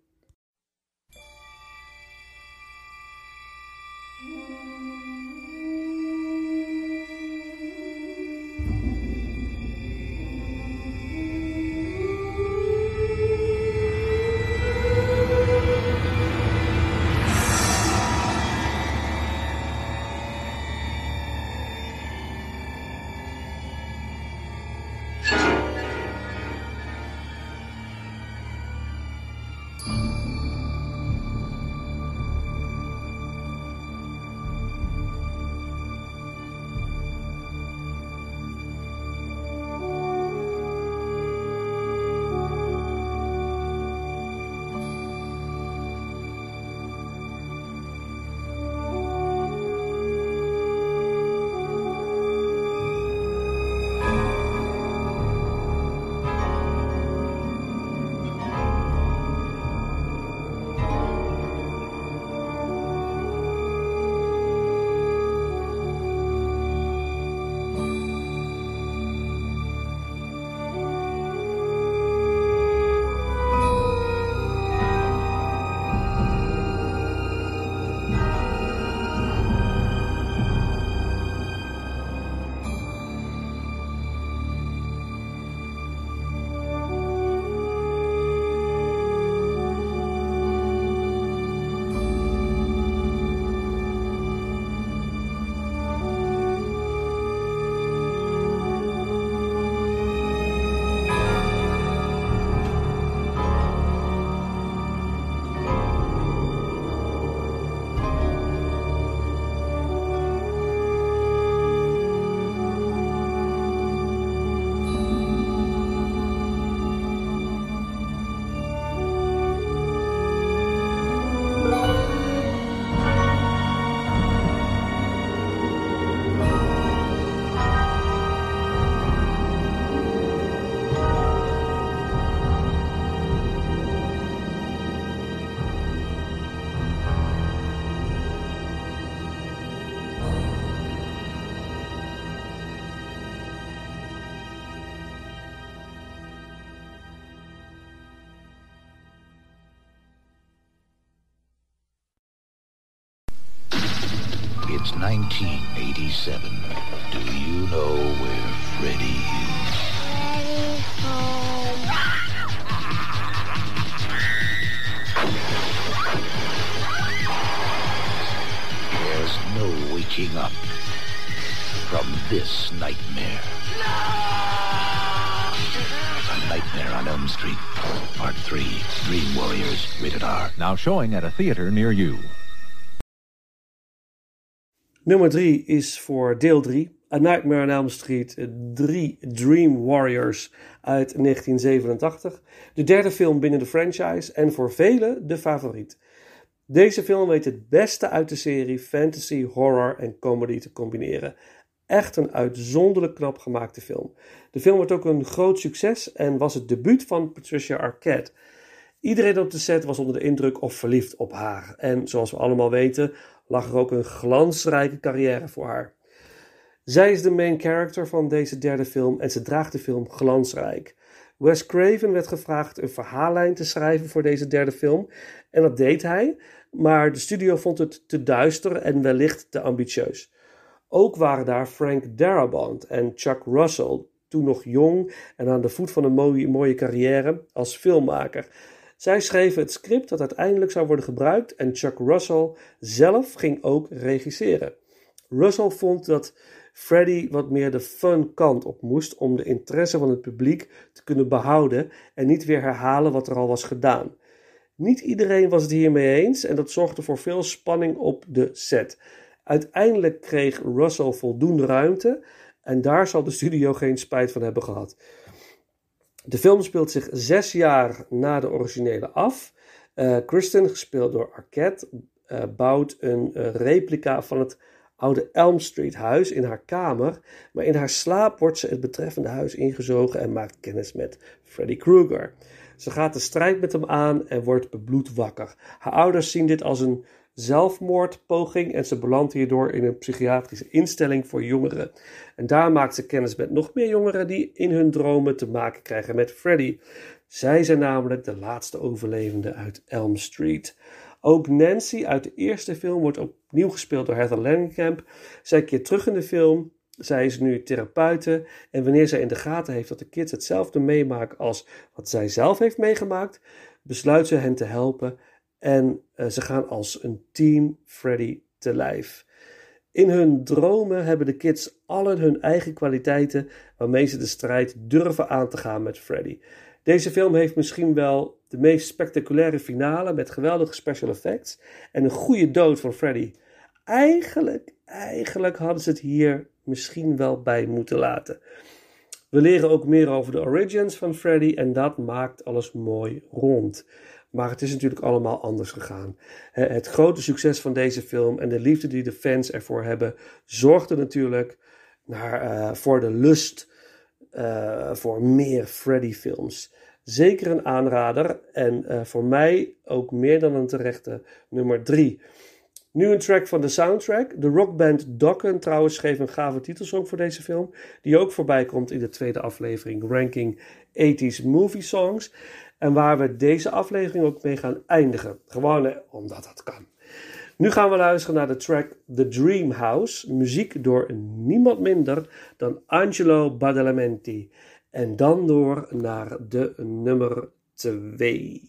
It's nineteen eighty-seven. Do you know where Freddy is? Freddy's home. There's no waking up from this nightmare. A Nightmare on Elm Street, Part three, Dream Warriors, rated R. Now showing at a theater near you. Nummer drie is voor deel drie, A Nightmare on Elm Street drie Dream Warriors uit negentien zevenentachtig. De derde film binnen de franchise en voor velen de favoriet. Deze film weet het beste uit de serie fantasy, horror en comedy te combineren. Echt een uitzonderlijk knap gemaakte film. De film werd ook een groot succes en was het debuut van Patricia Arquette. Iedereen op de set was onder de indruk of verliefd op haar. En zoals we allemaal weten, lag er ook een glansrijke carrière voor haar. Zij is de main character van deze derde film en ze draagt de film glansrijk. Wes Craven werd gevraagd een verhaallijn te schrijven voor deze derde film en dat deed hij, maar de studio vond het te duister en wellicht te ambitieus. Ook waren daar Frank Darabont en Chuck Russell, toen nog jong en aan de voet van een mooie, mooie carrière als filmmaker. Zij schreven het script dat uiteindelijk zou worden gebruikt en Chuck Russell zelf ging ook regisseren. Russell vond dat Freddy wat meer de fun kant op moest om de interesse van het publiek te kunnen behouden en niet weer herhalen wat er al was gedaan. Niet iedereen was het hiermee eens en dat zorgde voor veel spanning op de set. Uiteindelijk kreeg Russell voldoende ruimte en daar zal de studio geen spijt van hebben gehad. De film speelt zich zes jaar na de originele af. Uh, Kristen, gespeeld door Arquette, uh, bouwt een uh, replica van het oude Elm Street huis in haar kamer, maar in haar slaap wordt ze het betreffende huis ingezogen en maakt kennis met Freddy Krueger. Ze gaat de strijd met hem aan en wordt bebloed wakker. Haar ouders zien dit als een zelfmoordpoging en ze belandt hierdoor in een psychiatrische instelling voor jongeren. En daar maakt ze kennis met nog meer jongeren die in hun dromen te maken krijgen met Freddy. Zij zijn namelijk de laatste overlevenden uit Elm Street. Ook Nancy uit de eerste film wordt opnieuw gespeeld door Heather Langenkamp. Zij keert terug in de film. Zij is nu therapeute en wanneer zij in de gaten heeft dat de kids hetzelfde meemaken als wat zij zelf heeft meegemaakt, besluit ze hen te helpen en uh, ze gaan als een team Freddy te lijf. In hun dromen hebben de kids allen hun eigen kwaliteiten waarmee ze de strijd durven aan te gaan met Freddy. Deze film heeft misschien wel de meest spectaculaire finale met geweldige special effects en een goede dood van Freddy. Eigenlijk, eigenlijk hadden ze het hier misschien wel bij moeten laten. We leren ook meer over de origins van Freddy en dat maakt alles mooi rond. Maar het is natuurlijk allemaal anders gegaan. Het grote succes van deze film en de liefde die de fans ervoor hebben, zorgde natuurlijk naar, uh, voor de lust uh, voor meer Freddy-films. Zeker een aanrader en uh, voor mij ook meer dan een terechte nummer drie. Nu een track van de soundtrack. De rockband Dokken trouwens schreef een gave titelsong voor deze film, die ook voorbij komt in de tweede aflevering Ranking eighties Movie Songs. En waar we deze aflevering ook mee gaan eindigen. Gewoon eh, omdat dat kan. Nu gaan we luisteren naar de track The Dream House. Muziek door niemand minder dan Angelo Badalamenti. En dan door naar de nummer twee.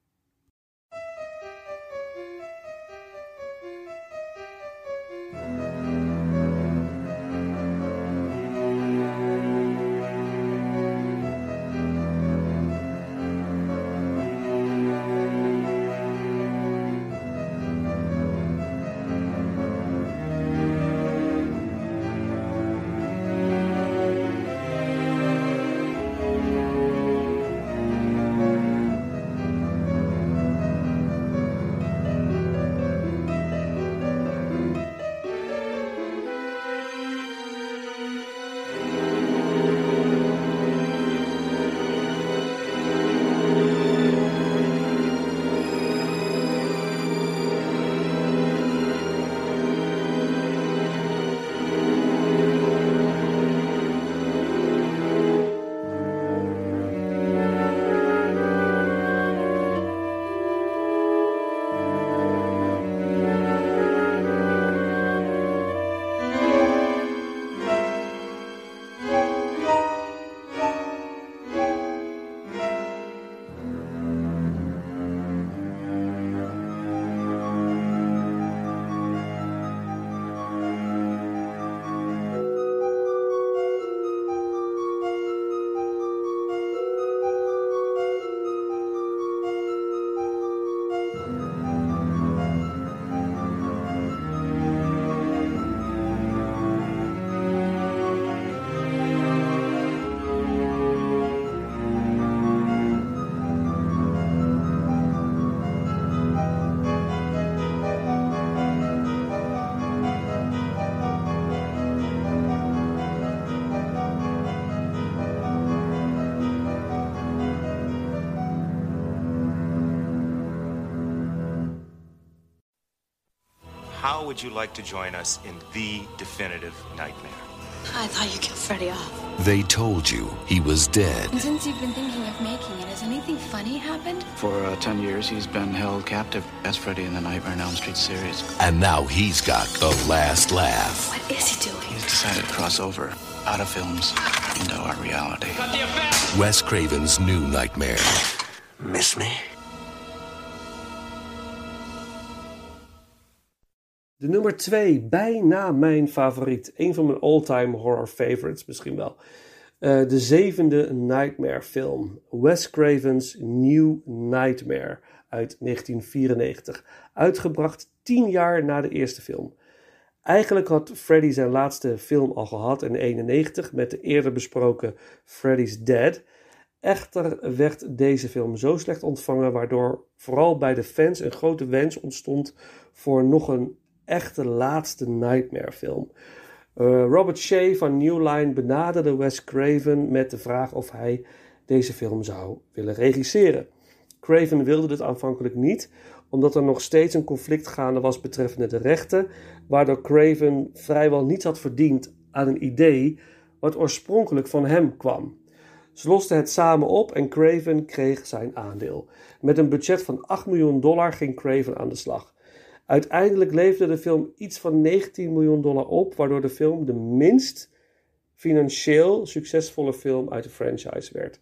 How would you like to join us in the definitive nightmare? I thought you killed Freddy off. They told you he was dead. And since you've been thinking of making it, has anything funny happened? For uh, ten years, he's been held captive as Freddy in the Nightmare on Elm Street series. And now he's got the last laugh. What is he doing? He's decided to cross over out of films into our reality. Wes Craven's new Nightmare. Miss me? De nummer twee, bijna mijn favoriet. Een van mijn all-time horror favorites misschien wel. Uh, de zevende Nightmare film. Wes Craven's New Nightmare uit negentien vierennegentig, uitgebracht tien jaar na de eerste film. Eigenlijk had Freddy zijn laatste film al gehad in eenennegentig met de eerder besproken Freddy's Dead. Echter werd deze film zo slecht ontvangen, waardoor vooral bij de fans een grote wens ontstond voor nog een echte laatste Nightmare film. Uh, Robert Shea van New Line benaderde Wes Craven met de vraag of hij deze film zou willen regisseren. Craven wilde dit aanvankelijk niet, omdat er nog steeds een conflict gaande was betreffende de rechten, waardoor Craven vrijwel niets had verdiend aan een idee wat oorspronkelijk van hem kwam. Ze losten het samen op en Craven kreeg zijn aandeel. Met een budget van acht miljoen dollar ging Craven aan de slag. Uiteindelijk leverde de film iets van negentien miljoen dollar op, waardoor de film de minst financieel succesvolle film uit de franchise werd.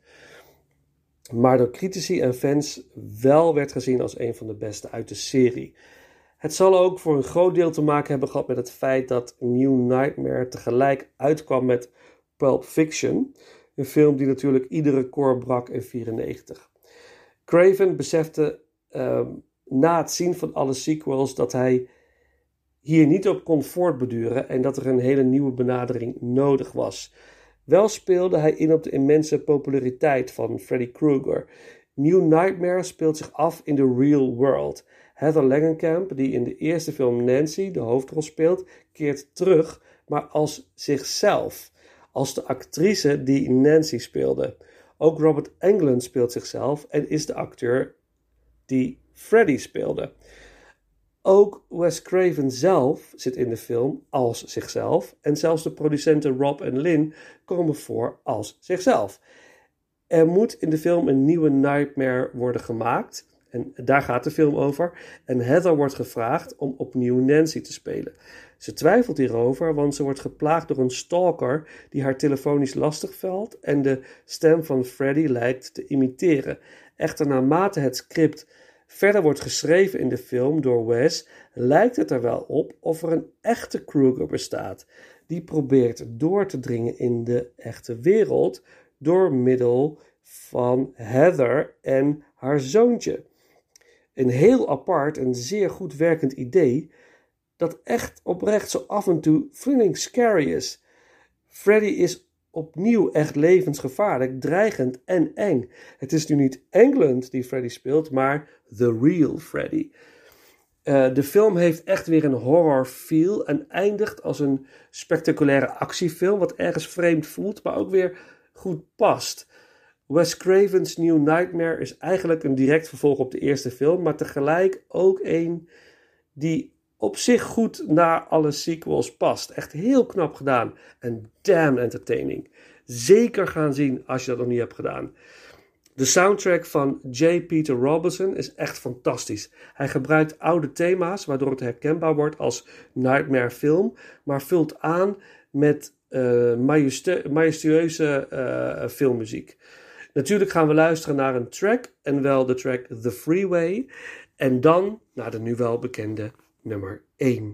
Maar door critici en fans wel werd gezien als een van de beste uit de serie. Het zal ook voor een groot deel te maken hebben gehad met het feit dat New Nightmare tegelijk uitkwam met Pulp Fiction, een film die natuurlijk iedere record brak in vierennegentig. Craven besefte uh, na het zien van alle sequels dat hij hier niet op kon voortbeduren en dat er een hele nieuwe benadering nodig was. Wel speelde hij in op de immense populariteit van Freddy Krueger. New Nightmare speelt zich af in the real world. Heather Langenkamp, die in de eerste film Nancy de hoofdrol speelt, keert terug, maar als zichzelf. Als de actrice die Nancy speelde. Ook Robert Englund speelt zichzelf en is de acteur die Freddy speelde. Ook Wes Craven zelf zit in de film als zichzelf en zelfs de producenten Rob en Lynn komen voor als zichzelf. Er moet in de film een nieuwe Nightmare worden gemaakt en daar gaat de film over en Heather wordt gevraagd om opnieuw Nancy te spelen. Ze twijfelt hierover, want ze wordt geplaagd door een stalker die haar telefonisch lastig valt en de stem van Freddy lijkt te imiteren. Echter, naarmate het script verder wordt geschreven in de film door Wes, lijkt het er wel op of er een echte Krueger bestaat, die probeert door te dringen in de echte wereld door middel van Heather en haar zoontje. Een heel apart en zeer goed werkend idee, dat echt oprecht zo af en toe flink scary is. Freddy is opnieuw echt levensgevaarlijk, dreigend en eng. Het is nu niet Englund die Freddy speelt, maar the real Freddy. Uh, de film heeft echt weer een horror feel en eindigt als een spectaculaire actiefilm, wat ergens vreemd voelt, maar ook weer goed past. Wes Craven's New Nightmare is eigenlijk een direct vervolg op de eerste film, maar tegelijk ook een die op zich goed naar alle sequels past. Echt heel knap gedaan en damn entertaining. Zeker gaan zien als je dat nog niet hebt gedaan. De soundtrack van J. Peter Robinson is echt fantastisch. Hij gebruikt oude thema's, waardoor het herkenbaar wordt als Nightmare film, maar vult aan met uh, majesте- majestueuze uh, filmmuziek. Natuurlijk gaan we luisteren naar een track, en wel de track The Freeway, en dan naar de nu wel bekende nummer één.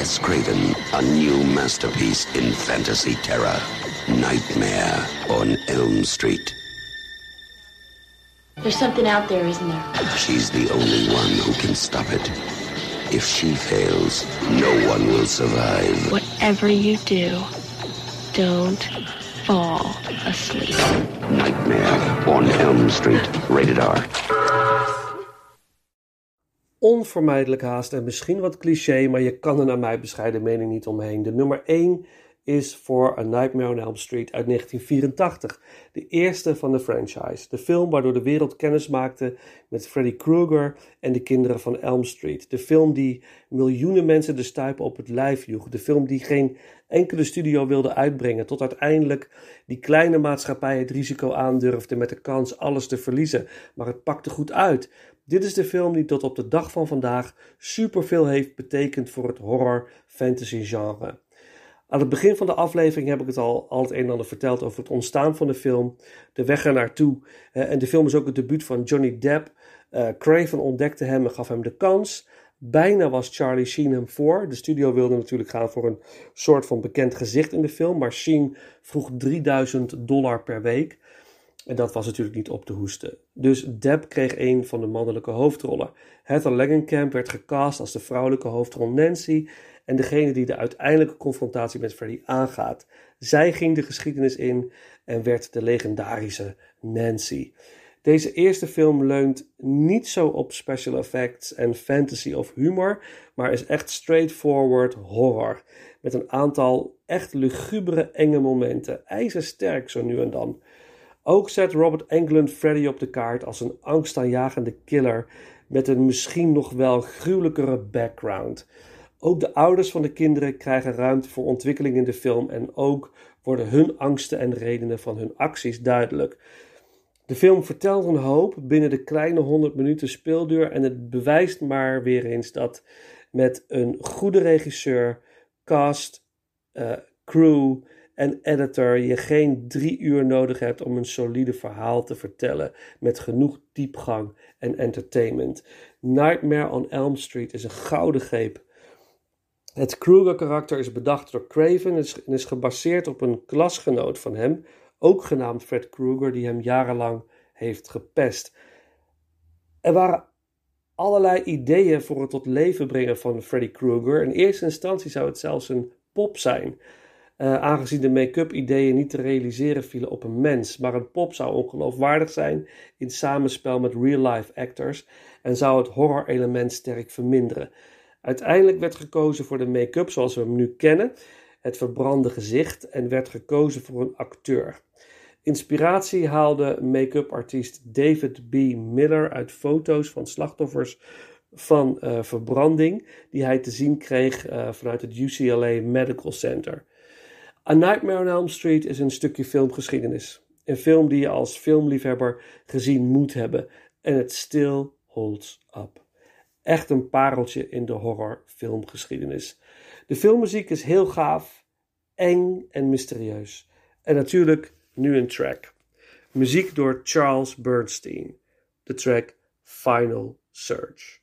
Wes Craven, a new masterpiece in fantasy terror. Nightmare on Elm Street. There's something out there, isn't there? She's the only one who can stop it. If she fails, no one will survive. Whatever you do, don't fall asleep. Nightmare on Elm Street, rated R. Onvermijdelijk haast en misschien wat cliché, maar je kan er naar mijn bescheiden mening niet omheen. De nummer één is voor A Nightmare on Elm Street uit negentien vierentachtig. De eerste van de franchise. De film waardoor de wereld kennis maakte met Freddy Krueger en de kinderen van Elm Street. De film die miljoenen mensen de stuipen op het lijf joeg. De film die geen enkele studio wilde uitbrengen. Tot uiteindelijk die kleine maatschappij het risico aandurfde met de kans alles te verliezen. Maar het pakte goed uit. Dit is de film die tot op de dag van vandaag superveel heeft betekend voor het horror-fantasy genre. Aan het begin van de aflevering heb ik het al, al het een en ander verteld over het ontstaan van de film, de weg er naartoe. Uh, en de film is ook het debuut van Johnny Depp. Uh, Craven ontdekte hem en gaf hem de kans. Bijna was Charlie Sheen hem voor. De studio wilde natuurlijk gaan voor een soort van bekend gezicht in de film, maar Sheen vroeg drieduizend dollar per week. En dat was natuurlijk niet op te hoesten. Dus Depp kreeg een van de mannelijke hoofdrollen. Heather Langenkamp werd gecast als de vrouwelijke hoofdrol Nancy en degene die de uiteindelijke confrontatie met Freddy aangaat. Zij ging de geschiedenis in en werd de legendarische Nancy. Deze eerste film leunt niet zo op special effects en fantasy of humor, maar is echt straightforward horror. Met een aantal echt lugubere enge momenten, ijzersterk zo nu en dan. Ook zet Robert Englund Freddy op de kaart als een angstaanjagende killer met een misschien nog wel gruwelijkere background. Ook de ouders van de kinderen krijgen ruimte voor ontwikkeling in de film en ook worden hun angsten en redenen van hun acties duidelijk. De film vertelt een hoop binnen de kleine honderd minuten speelduur en het bewijst maar weer eens dat met een goede regisseur, cast, uh, crew en editor je geen drie uur nodig hebt om een solide verhaal te vertellen met genoeg diepgang en entertainment. Nightmare on Elm Street is een gouden greep. Het Krueger-karakter is bedacht door Craven en is gebaseerd op een klasgenoot van hem, ook genaamd Fred Krueger, die hem jarenlang heeft gepest. Er waren allerlei ideeën voor het tot leven brengen van Freddy Krueger. In eerste instantie zou het zelfs een pop zijn, uh, aangezien de make-up ideeën niet te realiseren vielen op een mens. Maar een pop zou ongeloofwaardig zijn in samenspel met real-life actors en zou het horror-element sterk verminderen. Uiteindelijk werd gekozen voor de make-up zoals we hem nu kennen, het verbrande gezicht, en werd gekozen voor een acteur. Inspiratie haalde make-up artiest David B. Miller uit foto's van slachtoffers van uh, verbranding die hij te zien kreeg uh, vanuit het U C L A Medical Center. A Nightmare on Elm Street is een stukje filmgeschiedenis. Een film die je als filmliefhebber gezien moet hebben en het still holds up. Echt een pareltje in de horrorfilmgeschiedenis. De filmmuziek is heel gaaf, eng en mysterieus. En natuurlijk nu een track. Muziek door Charles Bernstein. De track Final Surge.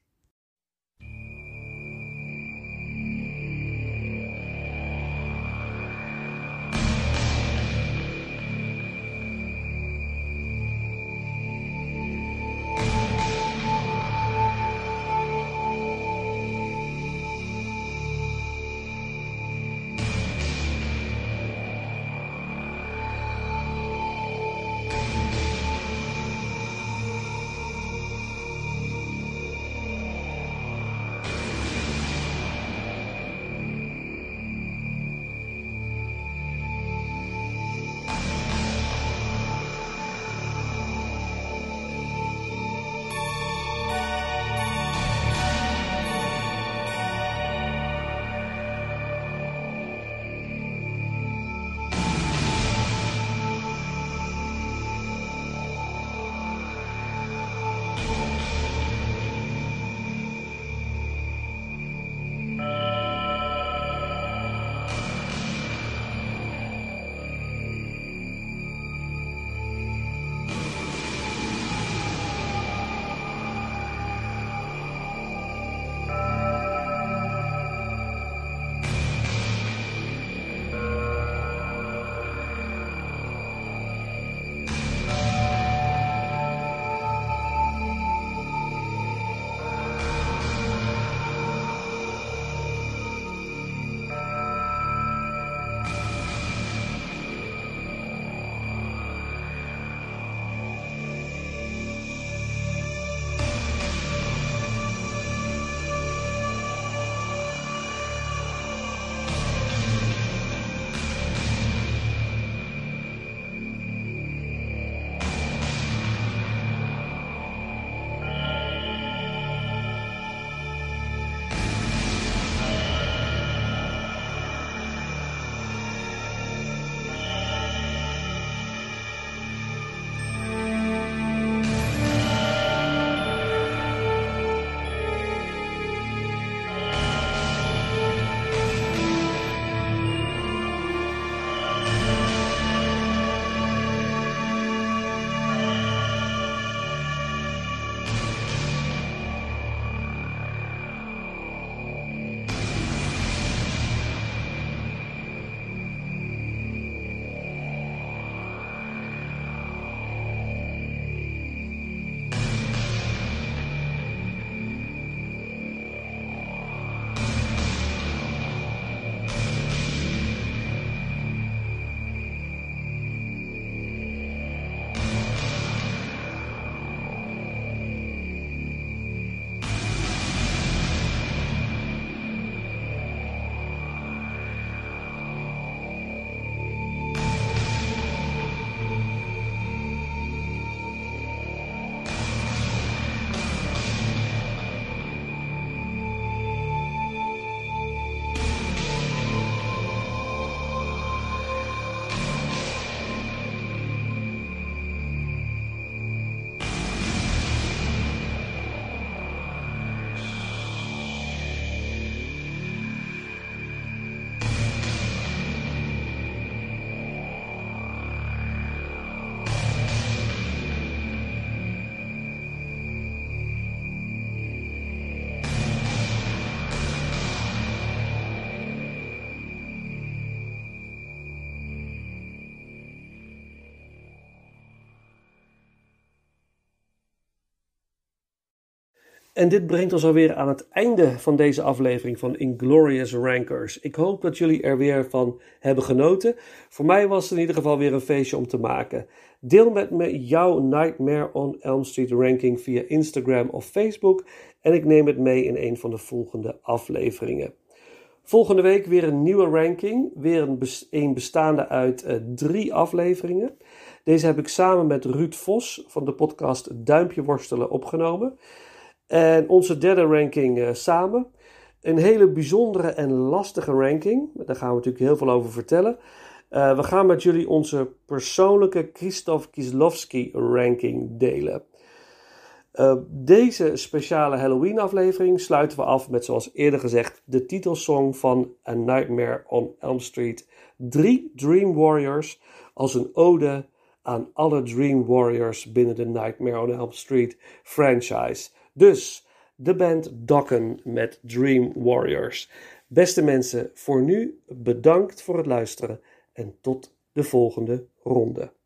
En dit brengt ons alweer aan het einde van deze aflevering van Inglorious Rankers. Ik hoop dat jullie er weer van hebben genoten. Voor mij was het in ieder geval weer een feestje om te maken. Deel met me jouw Nightmare on Elm Street ranking via Instagram of Facebook. En ik neem het mee in een van de volgende afleveringen. Volgende week weer een nieuwe ranking. Weer een, bes- een bestaande uit uh, drie afleveringen. Deze heb ik samen met Ruud Vos van de podcast Duimpje Worstelen opgenomen. En onze derde ranking uh, samen. Een hele bijzondere en lastige ranking. Daar gaan we natuurlijk heel veel over vertellen. Uh, we gaan met jullie onze persoonlijke Krzysztof Kieslowski ranking delen. Uh, deze speciale Halloween aflevering sluiten we af met, zoals eerder gezegd, de titelsong van A Nightmare on Elm Street drie Dream Warriors als een ode aan alle Dream Warriors binnen de Nightmare on Elm Street franchise. Dus de band Dokken met Dream Warriors. Beste mensen, voor nu bedankt voor het luisteren en tot de volgende ronde.